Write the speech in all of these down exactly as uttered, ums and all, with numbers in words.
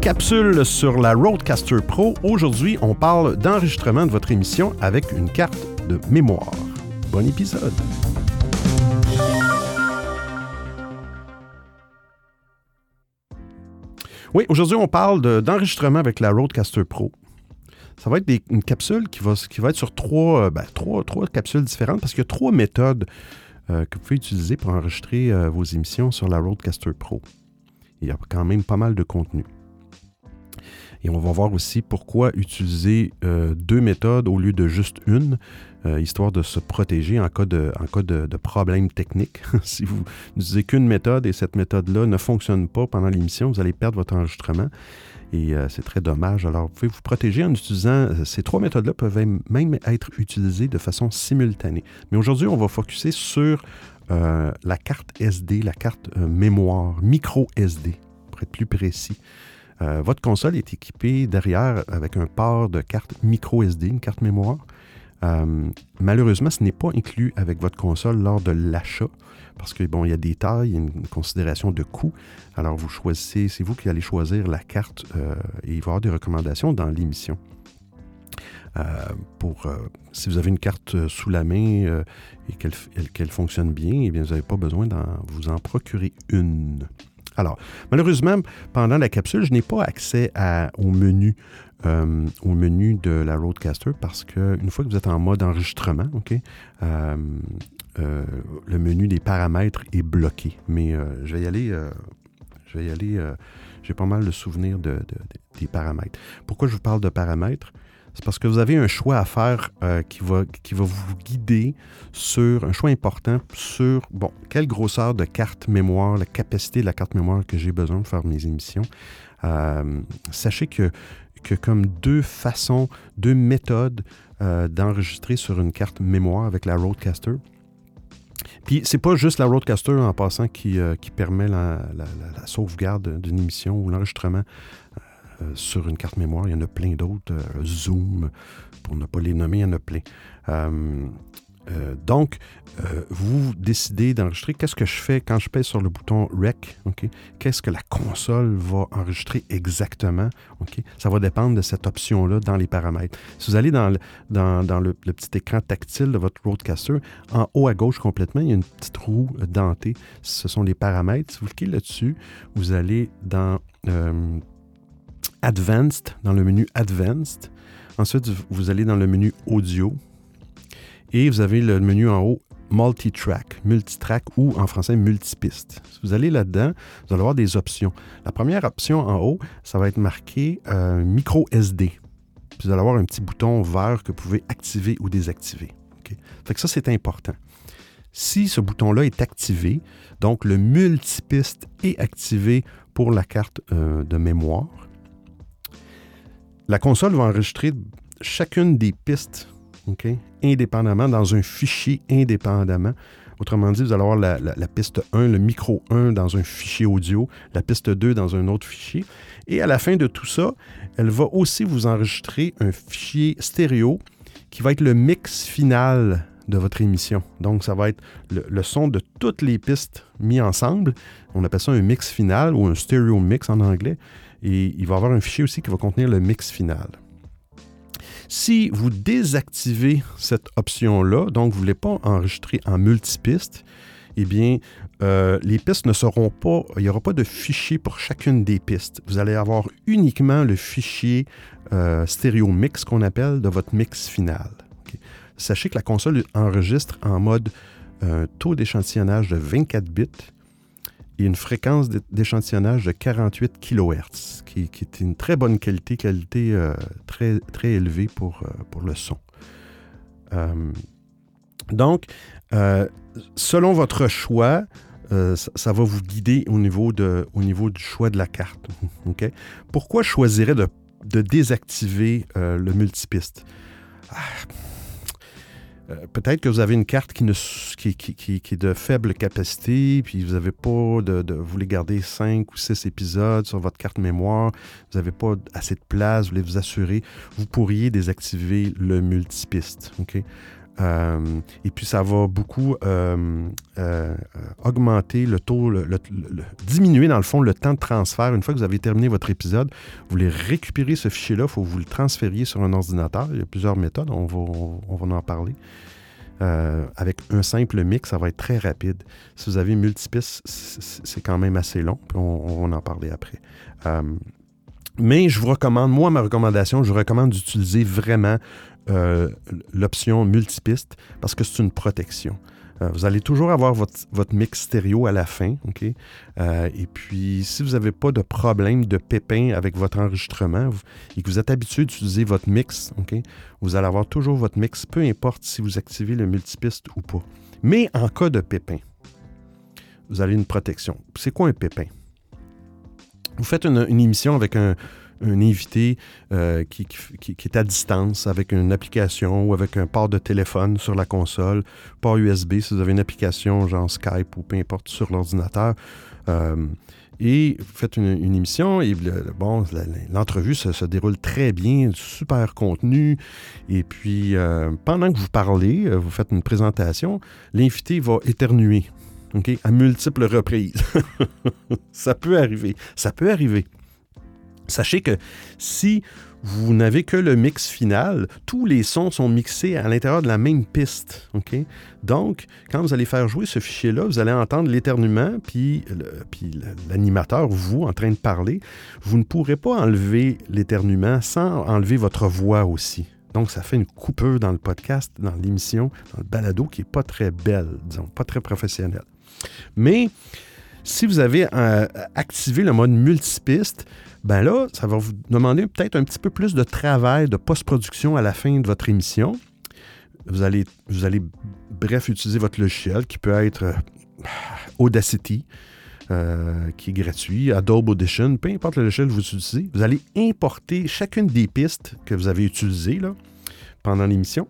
capsule sur la Rodecaster Pro. Aujourd'hui, on parle d'enregistrement de votre émission avec une carte de mémoire. Bon épisode! Oui, aujourd'hui, on parle de, d'enregistrement avec la Rodecaster Pro. Ça va être des, une capsule qui va, qui va être sur trois, ben, trois, trois capsules différentes parce qu'il y a trois méthodes euh, que vous pouvez utiliser pour enregistrer euh, vos émissions sur la Rodecaster Pro. Il y a quand même pas mal de contenu. Et on va voir aussi pourquoi utiliser euh, deux méthodes au lieu de juste une, euh, histoire de se protéger en cas de, en cas de, de problème technique. Si vous n'utilisez qu'une méthode et cette méthode-là ne fonctionne pas pendant l'émission, vous allez perdre votre enregistrement. Et euh, c'est très dommage. Alors, vous pouvez vous protéger en utilisant... Euh, ces trois méthodes-là peuvent même être utilisées de façon simultanée. Mais aujourd'hui, on va focuser sur euh, la carte S D, la carte euh, mémoire, micro S D, pour être plus précis. Euh, votre console est équipée derrière avec un port de carte micro S D, une carte mémoire. Euh, malheureusement, ce n'est pas inclus avec votre console lors de l'achat parce que bon, il y a des tailles, il y a une considération de coût. Alors, vous choisissez, c'est vous qui allez choisir la carte euh, et il va y avoir des recommandations dans l'émission. Euh, pour, euh, si vous avez une carte sous la main euh, et qu'elle, elle, qu'elle fonctionne bien, eh bien, vous n'avez pas besoin de vous en procurer une. Alors, malheureusement, pendant la capsule, je n'ai pas accès à, au menu euh, au menu de la Rodecaster parce qu'une fois que vous êtes en mode enregistrement, OK, euh, euh, le menu des paramètres est bloqué. Mais euh, je vais y aller, euh, je vais y aller, euh, j'ai pas mal de souvenirs de, de, de, des paramètres. Pourquoi je vous parle de paramètres? C'est parce que vous avez un choix à faire euh, qui, va, qui va vous guider sur, un choix important sur, bon, quelle grosseur de carte mémoire, la capacité de la carte mémoire que j'ai besoin de faire mes émissions. Euh, sachez que, que comme deux façons, deux méthodes euh, d'enregistrer sur une carte mémoire avec la Rodecaster. Puis, c'est pas juste la Rodecaster en passant qui, euh, qui permet la, la, la, la sauvegarde d'une émission ou l'enregistrement Euh, sur une carte mémoire. Il y en a plein d'autres. Euh, Zoom, pour ne pas les nommer, il y en a plein. Euh, euh, donc, euh, vous décidez d'enregistrer. Qu'est-ce que je fais quand je pèse sur le bouton Rec? Okay? Qu'est-ce que la console va enregistrer exactement? Okay? Ça va dépendre de cette option-là dans les paramètres. Si vous allez dans le, dans, dans le, le petit écran tactile de votre Rodecaster, en haut à gauche complètement, il y a une petite roue dentée. Ce sont les paramètres. Si vous cliquez là-dessus, vous allez dans... Euh, Advanced, dans le menu Advanced. Ensuite, vous allez dans le menu Audio et vous avez le menu en haut Multitrack, Multitrack ou en français Multipiste. Si vous allez là-dedans, vous allez avoir des options. La première option en haut, ça va être marqué euh, Micro S D. Puis vous allez avoir un petit bouton vert que vous pouvez activer ou désactiver. Okay? Fait que ça, c'est important. Si ce bouton-là est activé, donc le multipiste est activé pour la carte euh, de mémoire, la console va enregistrer chacune des pistes, okay, indépendamment, dans un fichier indépendamment. Autrement dit, vous allez avoir la, la, la piste un, le micro un dans un fichier audio, la piste deux dans un autre fichier. Et à la fin de tout ça, elle va aussi vous enregistrer un fichier stéréo qui va être le mix final de votre émission. Donc, ça va être le, le son de toutes les pistes mis ensemble. On appelle ça un mix final ou un stereo mix en anglais. Et il va y avoir un fichier aussi qui va contenir le mix final. Si vous désactivez cette option-là, donc vous ne voulez pas enregistrer en multipiste, eh bien, euh, les pistes ne seront pas, il n'y aura pas de fichier pour chacune des pistes. Vous allez avoir uniquement le fichier euh, stéréo mix qu'on appelle de votre mix final. Okay. Sachez que la console enregistre en mode euh, taux d'échantillonnage de vingt-quatre bits et une fréquence d'échantillonnage de quarante-huit kilohertz, qui, qui est une très bonne qualité, qualité euh, très, très élevée pour, euh, pour le son. Euh, donc, euh, selon votre choix, euh, ça, ça va vous guider au niveau, de, au niveau du choix de la carte. Okay? Pourquoi je choisirais de, de désactiver euh, le multipiste? Ah. Euh, peut-être que vous avez une carte qui, ne, qui, qui, qui, qui est de faible capacité, puis vous n'avez pas de, de... Vous voulez garder cinq ou six épisodes sur votre carte mémoire, vous n'avez pas assez de place, vous voulez vous assurer, vous pourriez désactiver le multipiste. Okay? Euh, et puis, ça va beaucoup euh, euh, augmenter le taux, le, le, le, diminuer dans le fond le temps de transfert. Une fois que vous avez terminé votre épisode, vous voulez récupérer ce fichier-là, il faut que vous le transfériez sur un ordinateur. Il y a plusieurs méthodes, on va, on, on va en parler. Euh, avec un simple mix, ça va être très rapide. Si vous avez multipistes, c'est quand même assez long, puis on, on va en parler après. Euh, mais je vous recommande, moi, ma recommandation, je vous recommande d'utiliser vraiment euh, l'option multipiste parce que c'est une protection. Euh, vous allez toujours avoir votre, votre mix stéréo à la fin, OK? Euh, et puis, si vous n'avez pas de problème de pépin avec votre enregistrement vous, et que vous êtes habitué d'utiliser votre mix, OK? Vous allez avoir toujours votre mix, peu importe si vous activez le multipiste ou pas. Mais en cas de pépin, vous avez une protection. C'est quoi un pépin? Vous faites une, une émission avec un, un invité euh, qui, qui, qui est à distance avec une application ou avec un port de téléphone sur la console, port U S B si vous avez une application genre Skype ou peu importe sur l'ordinateur. Euh, et vous faites une, une émission et le, bon, la, l'entrevue se, se déroule très bien, super contenu. Et puis, euh, pendant que vous parlez, vous faites une présentation, l'invité va éternuer. Okay? À multiples reprises. Ça peut arriver. Ça peut arriver. Sachez que si vous n'avez que le mix final, tous les sons sont mixés à l'intérieur de la même piste. Okay? Donc, quand vous allez faire jouer ce fichier-là, vous allez entendre l'éternuement, puis, le, puis l'animateur, vous, en train de parler. Vous ne pourrez pas enlever l'éternuement sans enlever votre voix aussi. Donc, ça fait une coupure dans le podcast, dans l'émission, dans le balado qui n'est pas très belle, disons, pas très professionnelle. Mais si vous avez euh, activé le mode multipiste, ben là, ça va vous demander peut-être un petit peu plus de travail de post-production à la fin de votre émission. Vous allez, vous allez bref, utiliser votre logiciel qui peut être euh, Audacity, euh, qui est gratuit, Adobe Audition, peu importe le logiciel que vous utilisez. Vous allez importer chacune des pistes que vous avez utilisées là, pendant l'émission.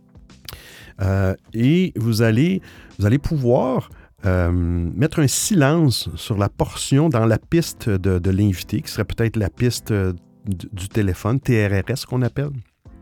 Euh, et vous allez, vous allez pouvoir Euh, mettre un silence sur la portion dans la piste de, de l'invité, qui serait peut-être la piste euh, du, du téléphone, T R R S qu'on appelle.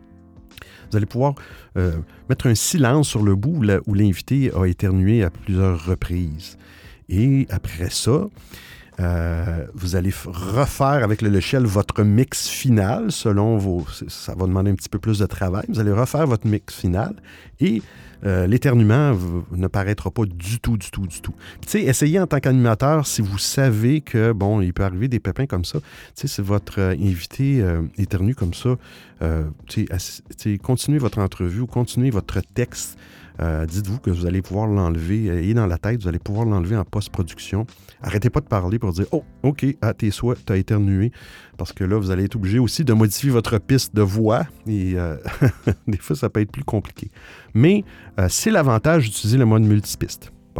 Vous allez pouvoir euh, mettre un silence sur le bout où, la, où l'invité a éternué à plusieurs reprises. Et après ça, euh, vous allez f- refaire avec le logiciel votre mix final selon vos... Ça va demander un petit peu plus de travail. Vous allez refaire votre mix final et Euh, l'éternuement v- ne paraîtra pas du tout, du tout, du tout. Tu sais, essayez en tant qu'animateur, si vous savez que, bon, il peut arriver des pépins comme ça, tu sais, si votre euh, invité euh, éternue comme ça, euh, tu sais, ass- tu sais, continuez votre entrevue ou continuez votre texte. Euh, dites-vous que vous allez pouvoir l'enlever, ayez dans la tête, vous allez pouvoir l'enlever en post-production. Arrêtez pas de parler pour dire « Oh, OK, à tes souhaits, tu as éternué. » Parce que là, vous allez être obligé aussi de modifier votre piste de voix et euh, des fois, ça peut être plus compliqué. Mais euh, c'est l'avantage d'utiliser le mode multipiste. Bon.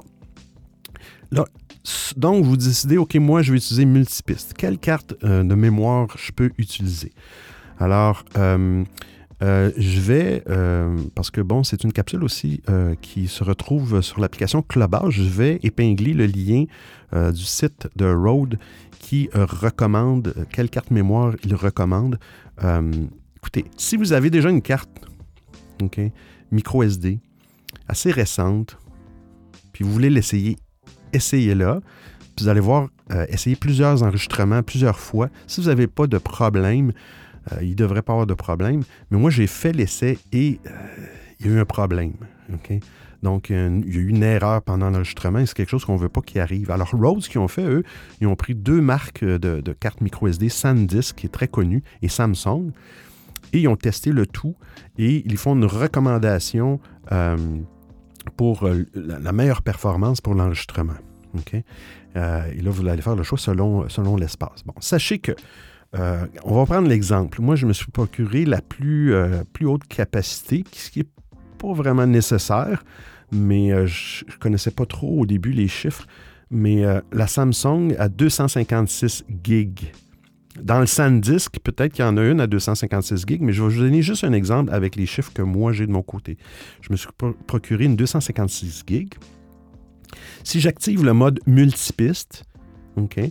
Là, donc, vous décidez « OK, moi, je vais utiliser multipiste. Quelle carte euh, de mémoire je peux utiliser? » Alors, euh, Euh, je vais, euh, parce que bon, c'est une capsule aussi euh, qui se retrouve sur l'application Clubhouse, je vais épingler le lien euh, du site de Rode qui euh, recommande, euh, quelle carte mémoire il recommande. Euh, écoutez, si vous avez déjà une carte, OK, micro S D, assez récente, puis vous voulez l'essayer, essayez-la. Puis vous allez voir, euh, essayez plusieurs enregistrements, plusieurs fois. Si vous n'avez pas de problème, Euh, il ne devrait pas avoir de problème. Mais moi, j'ai fait l'essai et euh, il y a eu un problème. Okay? Donc, euh, il y a eu une erreur pendant l'enregistrement et c'est quelque chose qu'on ne veut pas qu'il arrive. Alors, Rode, ce qu'ils ont fait, eux, ils ont pris deux marques de, de cartes micro S D, SanDisk, qui est très connu, et Samsung, et ils ont testé le tout et ils font une recommandation euh, pour euh, la, la meilleure performance pour l'enregistrement. Okay? Euh, et là, vous allez faire le choix selon, selon l'espace. Bon, sachez que Euh, on va prendre l'exemple. Moi, je me suis procuré la plus, euh, plus haute capacité, ce qui n'est pas vraiment nécessaire, mais euh, je ne connaissais pas trop au début les chiffres, mais euh, la Samsung a deux cent cinquante-six gigs. Dans le SanDisk, peut-être qu'il y en a une à deux cent cinquante-six gigs, mais je vais vous donner juste un exemple avec les chiffres que moi j'ai de mon côté. Je me suis pro- procuré une deux cent cinquante-six gigs. Si j'active le mode multipiste, OK,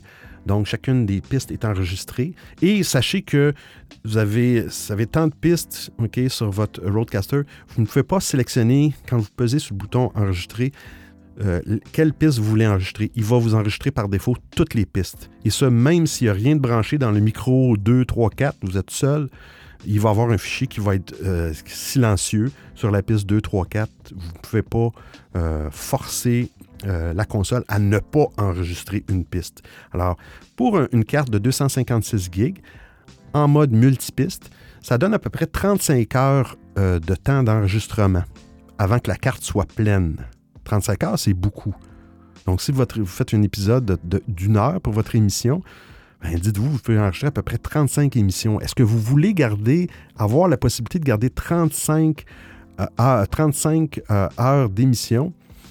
Donc, chacune des pistes est enregistrée. Et sachez que vous avez, vous avez tant de pistes okay, sur votre Rodecaster, vous ne pouvez pas sélectionner, quand vous pesez sur le bouton « Enregistrer », euh, quelle piste vous voulez enregistrer. Il va vous enregistrer par défaut toutes les pistes. Et ça, même s'il n'y a rien de branché dans le micro deux, trois, quatre, vous êtes seul, il va y avoir un fichier qui va être euh, silencieux sur la piste deux, trois, quatre. Vous ne pouvez pas euh, forcer euh, la console à ne pas enregistrer une piste. Alors, pour un, une carte de deux cent cinquante-six gigs, en mode multipiste, ça donne à peu près trente-cinq heures euh, de temps d'enregistrement avant que la carte soit pleine. trente-cinq heures, c'est beaucoup. Donc, si votre, vous faites un épisode de, de, d'une heure pour votre émission, ben, dites-vous, vous pouvez enregistrer à peu près trente-cinq émissions. Est-ce que vous voulez garder, avoir la possibilité de garder trente-cinq, euh, heures, trente-cinq euh, heures d'émission?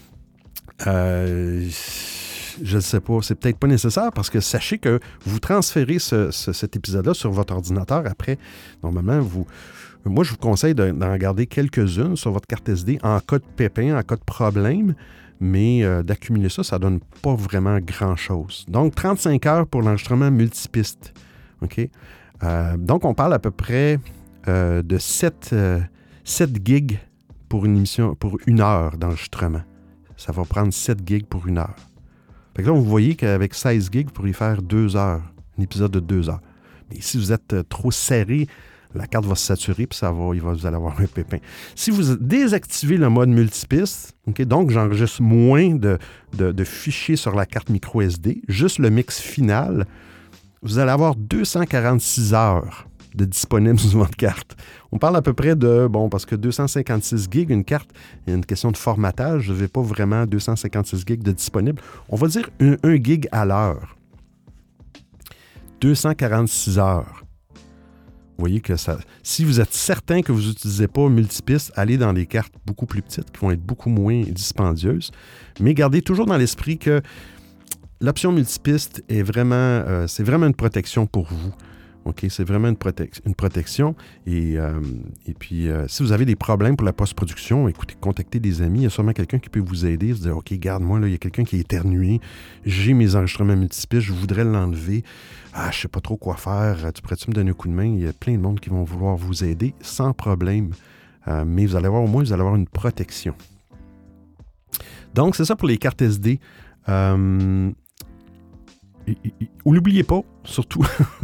Euh, je ne sais pas. C'est peut-être pas nécessaire parce que sachez que vous transférez ce, ce, cet épisode-là sur votre ordinateur. Après, normalement, vous... Moi, je vous conseille de, d'en garder quelques-unes sur votre carte S D en cas de pépin, en cas de problème. Mais euh, d'accumuler ça, ça ne donne pas vraiment grand-chose. Donc, trente-cinq heures pour l'enregistrement multipiste. OK? Euh, donc, on parle à peu près euh, de sept, euh, sept gigs pour une émission, pour une heure d'enregistrement. Ça va prendre sept gigs pour une heure. Fait que là, vous voyez qu'avec seize gigs, vous pourriez faire deux heures, un épisode de deux heures. Mais si vous êtes euh, trop serré, la carte va se saturer, puis ça va, il va, vous allez avoir un pépin. Si vous désactivez le mode multipiste, okay, donc j'enregistre moins de, de, de fichiers sur la carte micro S D, juste le mix final, vous allez avoir deux cent quarante-six heures de disponible sur votre carte. On parle à peu près de, bon, parce que deux cent cinquante-six gigs, une carte, il y a une question de formatage, je n'avais pas vraiment deux cent cinquante-six gigs de disponible. On va dire un, un gig à l'heure. deux cent quarante-six heures. Vous voyez que ça, si vous êtes certain que vous n'utilisez pas multipiste, allez dans des cartes beaucoup plus petites qui vont être beaucoup moins dispendieuses. Mais gardez toujours dans l'esprit que l'option multipiste est vraiment, euh, c'est vraiment une protection pour vous. OK? C'est vraiment une, protec- une protection. Et, euh, et puis, euh, si vous avez des problèmes pour la post-production, écoutez, contactez des amis. Il y a sûrement quelqu'un qui peut vous aider. Vous dire, OK, garde-moi, là, il y a quelqu'un qui est éternué. J'ai mes enregistrements multipistes, je voudrais l'enlever. Ah, je ne sais pas trop quoi faire. Tu pourrais-tu me donner un coup de main? Il y a plein de monde qui vont vouloir vous aider sans problème. Euh, mais vous allez avoir, au moins, vous allez avoir une protection. Donc, c'est ça pour les cartes S D. Euh, N'oubliez pas, surtout...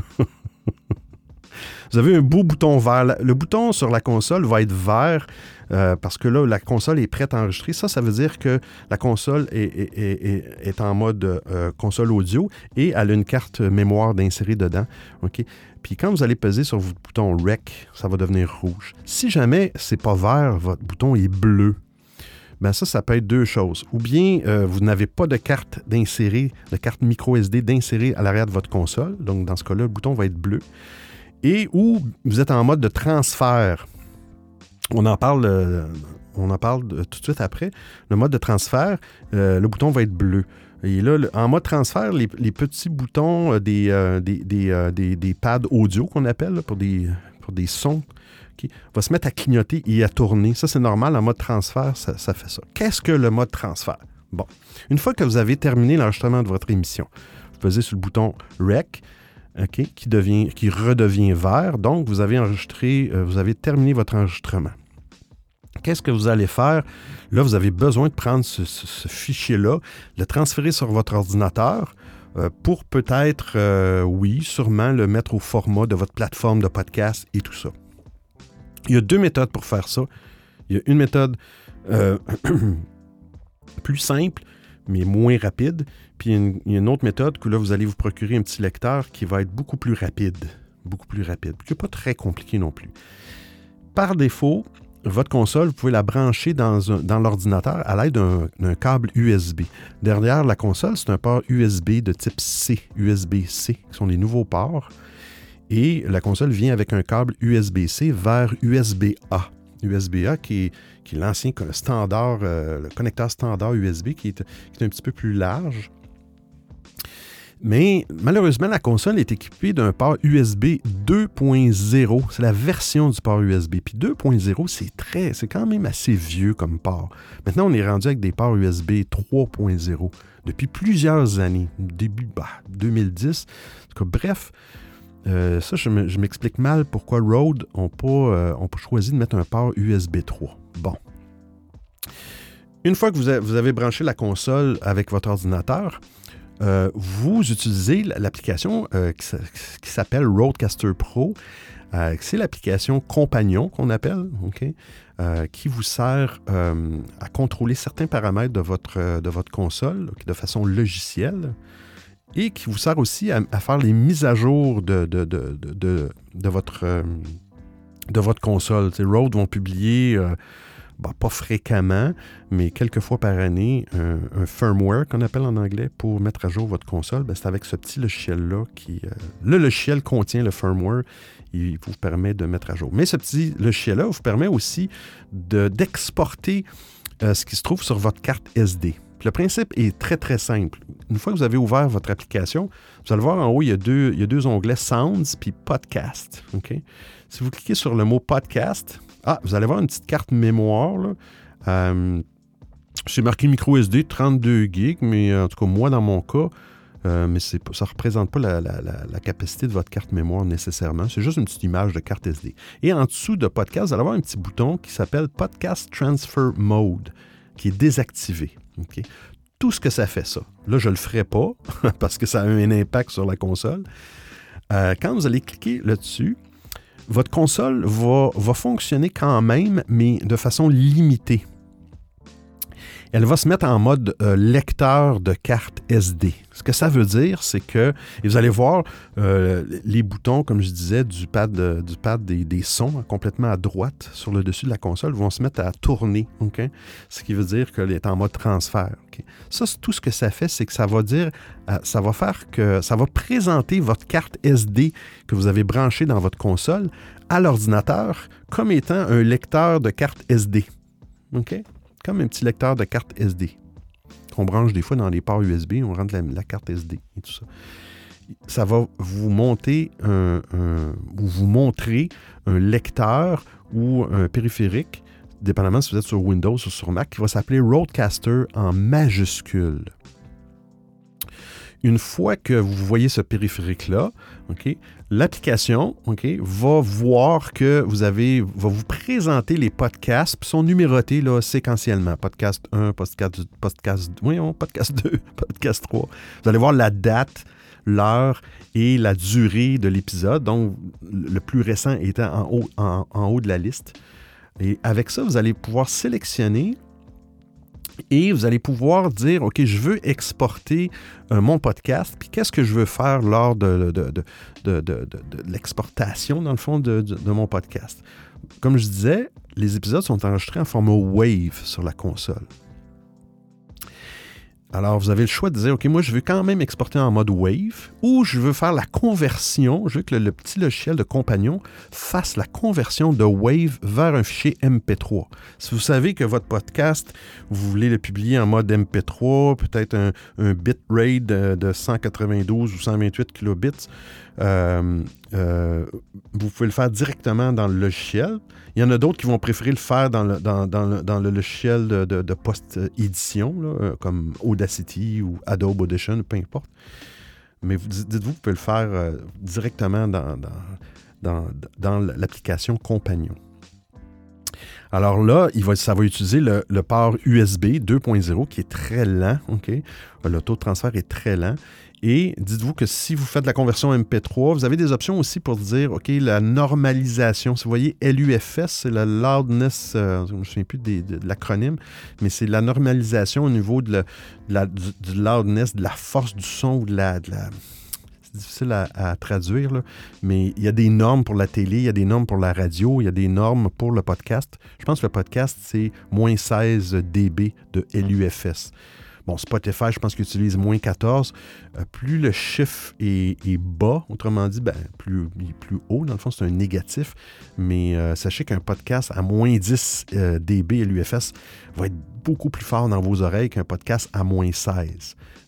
Vous avez un beau bouton vert. Le bouton sur la console va être vert euh, parce que là, la console est prête à enregistrer. Ça, ça veut dire que la console est, est, est, est en mode euh, console audio et elle a une carte mémoire d'insérer dedans. OK? Puis quand vous allez peser sur votre bouton Rec, ça va devenir rouge. Si jamais c'est pas vert, votre bouton est bleu. Ben ça, ça peut être deux choses. Ou bien euh, vous n'avez pas de carte d'insérer, de carte micro S D d'insérer à l'arrière de votre console. Donc, dans ce cas-là, le bouton va être bleu. Et ou vous êtes en mode de transfert. On en parle, euh, on en parle de, tout de suite après. Le mode de transfert, euh, le bouton va être bleu. Et là, le, en mode transfert, les, les petits boutons euh, des, euh, des, des, euh, des, des pads audio qu'on appelle là, pour, des, pour des sons, okay, va se mettre à clignoter et à tourner. Ça, c'est normal. En mode transfert, ça, ça fait ça. Qu'est-ce que le mode transfert? Bon, une fois que vous avez terminé l'enregistrement de votre émission, vous pesez sur le bouton Rec. Okay, qui, devient, qui redevient vert. Donc, vous avez enregistré, euh, vous avez terminé votre enregistrement. Qu'est-ce que vous allez faire? Là, vous avez besoin de prendre ce, ce, ce fichier-là, le transférer sur votre ordinateur euh, pour peut-être, euh, oui, sûrement le mettre au format de votre plateforme de podcast et tout ça. Il y a deux méthodes pour faire ça. Il y a une méthode euh, plus simple, mais moins rapide. Puis il y, a une, il y a une autre méthode que là, vous allez vous procurer un petit lecteur qui va être beaucoup plus rapide. Beaucoup plus rapide. Qui n'est pas très compliqué non plus. Par défaut, votre console, vous pouvez la brancher dans, un, dans l'ordinateur à l'aide d'un, d'un câble U S B. Derrière la console, c'est un port U S B de type C, U S B-C, qui sont les nouveaux ports. Et la console vient avec un câble U S B-C vers U S B-A. U S B-A qui est, qui est l'ancien standard, euh, le connecteur standard U S B qui est, qui est un petit peu plus large. Mais malheureusement, la console est équipée d'un port U S B deux point zéro. C'est la version du port U S B. Puis deux point zéro, c'est très, c'est quand même assez vieux comme port. Maintenant, on est rendu avec des ports U S B trois point zéro. depuis plusieurs années, début bah, deux mille dix. En tout cas, bref, euh, ça, je m'explique mal pourquoi Rode n'a pas, euh, ont pas choisi de mettre un port U S B trois. Bon. Une fois que vous avez, vous avez branché la console avec votre ordinateur, euh, vous utilisez l'application euh, qui, qui s'appelle Rodecaster Pro. Euh, c'est l'application compagnon qu'on appelle, okay, euh, qui vous sert euh, à contrôler certains paramètres de votre, de votre console okay, de façon logicielle et qui vous sert aussi à, à faire les mises à jour de, de, de, de, de, de, votre, euh, de votre console. T'sais, Rode vont publier... Euh, Bon, pas fréquemment, mais quelques fois par année, un, un firmware qu'on appelle en anglais pour mettre à jour votre console. Ben, c'est avec ce petit logiciel-là qui... Euh, le logiciel contient le firmware. Il vous permet de mettre à jour. Mais ce petit logiciel-là vous permet aussi de, d'exporter euh, ce qui se trouve sur votre carte S D. Puis le principe est très, très simple. Une fois que vous avez ouvert votre application, vous allez voir en haut, il y a deux, il y a deux onglets Sounds puis Podcast. Okay? Si vous cliquez sur le mot Podcast... Ah, vous allez voir une petite carte mémoire. Là. Euh, c'est marqué micro S D trente-deux gigs, mais en tout cas, moi, dans mon cas, euh, mais c'est, ça ne représente pas la, la, la, la capacité de votre carte mémoire nécessairement. C'est juste une petite image de carte S D. Et en dessous de Podcast, vous allez avoir un petit bouton qui s'appelle Podcast Transfer Mode, qui est désactivé. Okay? Tout ce que ça fait, ça. Là, je ne le ferai pas parce que ça a un impact sur la console. Euh, quand vous allez cliquer là-dessus, votre console va, va fonctionner quand même, mais de façon limitée. Elle va se mettre en mode euh, lecteur de carte S D. Ce que ça veut dire, c'est que, et vous allez voir euh, les boutons, comme je disais, du pad, euh, du pad des, des sons, hein, complètement à droite sur le dessus de la console, vont se mettre à tourner. Okay? Ce qui veut dire qu'elle est en mode transfert. Okay? Ça, c'est tout ce que ça fait, c'est que ça va dire, euh, ça va faire que, ça va présenter votre carte S D que vous avez branchée dans votre console à l'ordinateur comme étant un lecteur de carte S D. OK? Comme un petit lecteur de carte S D qu'on branche des fois dans les ports U S B, on rentre la, la carte S D et tout ça. Ça va vous monter un, un, ou vous montrer un lecteur ou un périphérique, dépendamment si vous êtes sur Windows ou sur Mac, qui va s'appeler Rodecaster en majuscule. Une fois que vous voyez ce périphérique-là, okay, l'application okay, va voir que vous avez, va vous présenter les podcasts, qui sont numérotés là, séquentiellement. Podcast un, podcast, podcast, voyons, podcast deux, podcast trois. Vous allez voir la date, l'heure et la durée de l'épisode, donc le plus récent étant en haut, en, en haut de la liste. Et avec ça, vous allez pouvoir sélectionner et vous allez pouvoir dire, OK, je veux exporter euh, mon podcast, puis qu'est-ce que je veux faire lors de, de, de, de, de, de, de l'exportation, dans le fond, de, de, de mon podcast. Comme je disais, les épisodes sont enregistrés en format WAV sur la console. Alors, vous avez le choix de dire, OK, moi, je veux quand même exporter en mode WAV ou je veux faire la conversion, je veux que le, le petit logiciel de compagnon fasse la conversion de WAV vers un fichier M P trois. Si vous savez que votre podcast, vous voulez le publier en mode M P trois, peut-être un, un bitrate de, de cent quatre-vingt-douze ou cent vingt-huit kilobits, euh, euh, vous pouvez le faire directement dans le logiciel. Il y en a d'autres qui vont préférer le faire dans le, dans, dans le, dans le logiciel de, de, de post-édition, là, comme Audacity ou Adobe Audition, peu importe. Mais vous, dites-vous, vous pouvez le faire euh, directement dans, dans, dans, dans l'application Compagnon. Alors là, il va, ça va utiliser le, le port U S B deux point zéro qui est très lent. Okay? Le taux de transfert est très lent. Et dites-vous que si vous faites la conversion M P trois, vous avez des options aussi pour dire, OK, la normalisation. Si vous voyez L U F S, c'est la loudness, euh, je ne me souviens plus de, de, de l'acronyme, mais c'est la normalisation au niveau de la, de la, du, du loudness, de la force du son ou de la... De la c'est difficile à, à traduire, là, mais il y a des normes pour la télé, il y a des normes pour la radio, il y a des normes pour le podcast. Je pense que le podcast, c'est moins seize décibels de L U F S. Bon, Spotify, je pense qu'il utilise moins quatorze. Euh, plus le chiffre est, est bas, autrement dit, ben, plus, il est plus haut. Dans le fond, c'est un négatif. Mais euh, sachez qu'un podcast à moins dix euh, décibels L U F S va être beaucoup plus fort dans vos oreilles qu'un podcast à moins seize.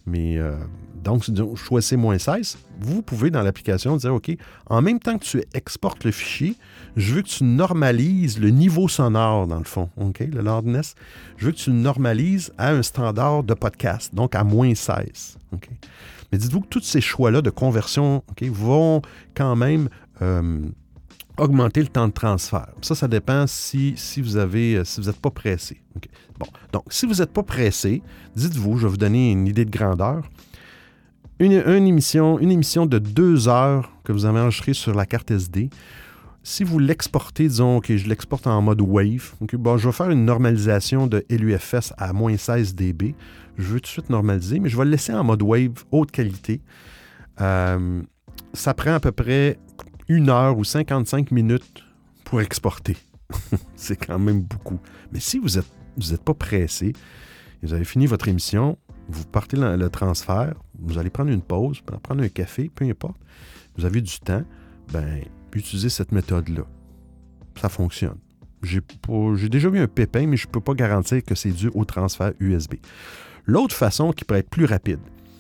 Mais euh, donc, choisissez moins seize. Vous pouvez, dans l'application, dire, OK, en même temps que tu exportes le fichier, je veux que tu normalises le niveau sonore, dans le fond, OK, le loudness. Je veux que tu le normalises à un standard de podcast, donc à moins seize. OK. Mais dites-vous que tous ces choix-là de conversion, OK, vont quand même euh, augmenter le temps de transfert. Ça, ça dépend si, si vous avez, si vous n'êtes pas pressé. Okay. Bon, donc, si vous n'êtes pas pressé, dites-vous, je vais vous donner une idée de grandeur. Une, une, émission, une émission de deux heures que vous avez enregistrée sur la carte S D, si vous l'exportez, disons, OK, je l'exporte en mode Wave, OK, bon, je vais faire une normalisation de L U F S à moins seize décibels. Je veux tout de suite normaliser, mais je vais le laisser en mode Wave, haute qualité. Euh, ça prend à peu près une heure ou cinquante-cinq minutes pour exporter. C'est quand même beaucoup. Mais si vous n'êtes vous êtes pas pressé, vous avez fini votre émission, vous partez le, le transfert, vous allez prendre une pause, prendre un café, peu importe, vous avez du temps, ben utilisez cette méthode-là. Ça fonctionne. J'ai, pas, j'ai déjà eu un pépin, mais je ne peux pas garantir que c'est dû au transfert U S B. L'autre façon qui peut être plus rapide,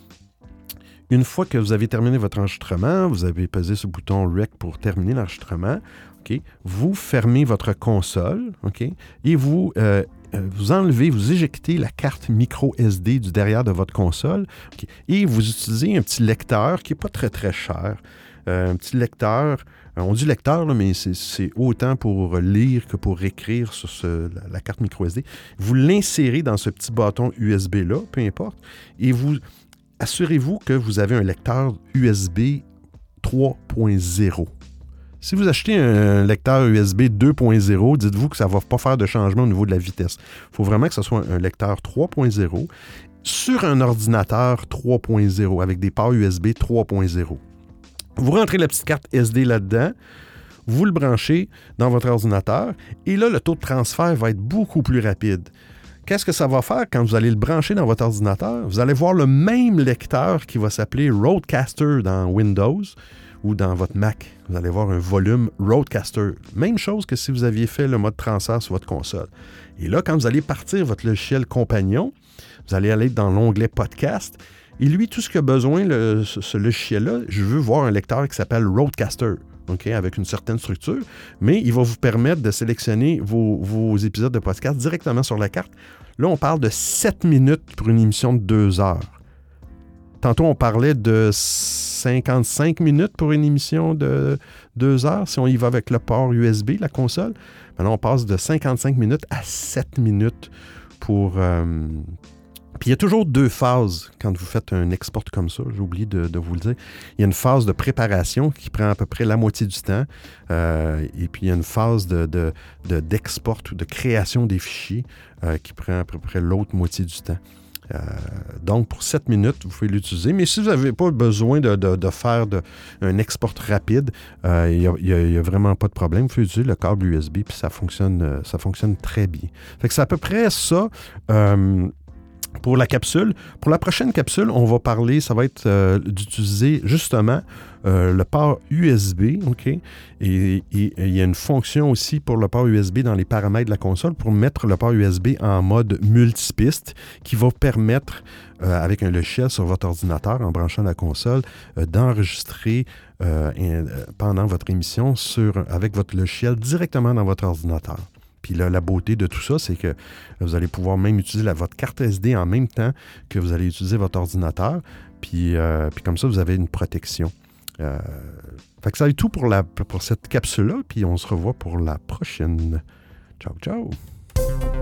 une fois que vous avez terminé votre enregistrement, vous avez pesé sur le bouton Rec pour terminer l'enregistrement, okay, vous fermez votre console, okay, et vous, euh, vous enlevez, vous éjectez la carte micro S D du derrière de votre console, okay, et vous utilisez un petit lecteur qui n'est pas très très cher. Euh, un petit lecteur, on dit lecteur, là, mais c'est, c'est autant pour lire que pour écrire sur ce, la, la carte micro S D. Vous l'insérez dans ce petit bâton U S B-là, peu importe, et vous assurez-vous que vous avez un lecteur U S B trois point zéro. Si vous achetez un lecteur U S B deux point zéro, dites-vous que ça ne va pas faire de changement au niveau de la vitesse. Il faut vraiment que ce soit un lecteur trois point zéro sur un ordinateur trois point zéro avec des ports U S B trois point zéro. Vous rentrez la petite carte S D là-dedans, vous le branchez dans votre ordinateur et là, le taux de transfert va être beaucoup plus rapide. Qu'est-ce que ça va faire quand vous allez le brancher dans votre ordinateur? Vous allez voir le même lecteur qui va s'appeler Rodecaster dans Windows ou dans votre Mac. Vous allez voir un volume Rodecaster. Même chose que si vous aviez fait le mode transfert sur votre console. Et là, quand vous allez partir votre logiciel compagnon, vous allez aller dans l'onglet Podcast. Et lui, tout ce qu'il a besoin, le, ce, ce logiciel-là, je veux voir un lecteur qui s'appelle Rodecaster, okay, avec une certaine structure, mais il va vous permettre de sélectionner vos, vos épisodes de podcast directement sur la carte. Là, on parle de sept minutes pour une émission de deux heures. Tantôt, on parlait de cinquante-cinq minutes pour une émission de deux heures, si on y va avec le port U S B, la console. Maintenant, on passe de cinquante-cinq minutes à sept minutes pour... Euh, Puis il y a toujours deux phases quand vous faites un export comme ça, j'ai oublié de, de vous le dire. Il y a une phase de préparation qui prend à peu près la moitié du temps, euh, et puis il y a une phase de, de, de, d'export ou de création des fichiers euh, qui prend à peu près l'autre moitié du temps. Euh, donc, pour sept minutes, vous pouvez l'utiliser. Mais si vous n'avez pas besoin de, de, de faire de, un export rapide, euh, il n'y a, a, a vraiment pas de problème. Vous pouvez utiliser le câble U S B, puis ça fonctionne, ça fonctionne très bien. Fait que c'est à peu près ça. Euh, Pour la capsule. Pour la prochaine capsule, on va parler, ça va être euh, d'utiliser justement euh, le port U S B, OK? Et, et, et il y a une fonction aussi pour le port U S B dans les paramètres de la console pour mettre le port U S B en mode multipiste qui va permettre, euh, avec un logiciel sur votre ordinateur en branchant la console, euh, d'enregistrer euh, un, euh, pendant votre émission sur, avec votre logiciel directement dans votre ordinateur. Puis là, la beauté de tout ça, c'est que vous allez pouvoir même utiliser la, votre carte S D en même temps que vous allez utiliser votre ordinateur. Puis, euh, puis comme ça, vous avez une protection. Euh, fait que ça va être tout pour, la, pour cette capsule-là. Puis on se revoit pour la prochaine. Ciao, ciao!